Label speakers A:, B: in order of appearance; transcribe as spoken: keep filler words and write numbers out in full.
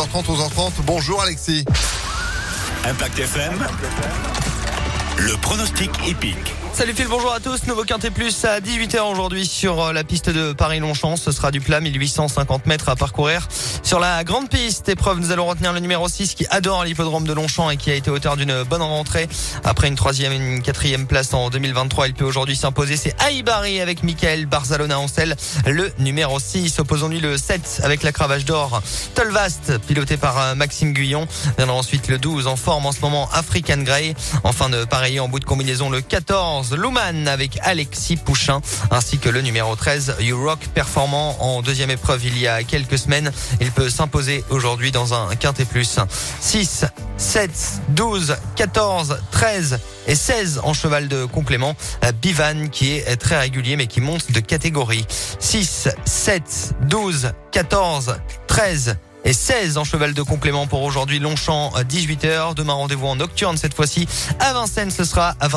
A: heures trente, onze heures trente. Bonjour Alexis.
B: Impact F M, le pronostic épique.
C: Salut Phil, bonjour à tous. Nouveau Quintet Plus à dix-huit heures aujourd'hui sur la piste de Paris-Longchamp. Ce sera du plat, mille huit cent cinquante mètres à parcourir. Sur la grande piste épreuve, nous allons retenir le numéro six qui adore l'hippodrome de Longchamp et qui a été auteur d'une bonne rentrée. Après une troisième et une quatrième place en deux mille vingt-trois, il peut aujourd'hui s'imposer. C'est Aïbari avec Michael Barzalona en selle. Le numéro six, opposons-lui le sept avec la cravache d'or. Tolvast, piloté par Maxime Guyon. Viendra ensuite le douze en forme en ce moment, African Grey. Enfin de pareiller en bout de combinaison le quatorze. Luman avec Alexis Pouchin, ainsi que le numéro treize, U-Rock, performant en deuxième épreuve il y a quelques semaines. Il peut s'imposer aujourd'hui dans un Quintet Plus. six, sept, douze, quatorze, treize et seize en cheval de complément. Bivan qui est très régulier mais qui monte de catégorie. six, sept, douze, quatorze, treize et seize en cheval de complément pour aujourd'hui. Longchamp, dix-huit heures. Demain, rendez-vous en nocturne cette fois-ci. À Vincennes, ce sera à vingt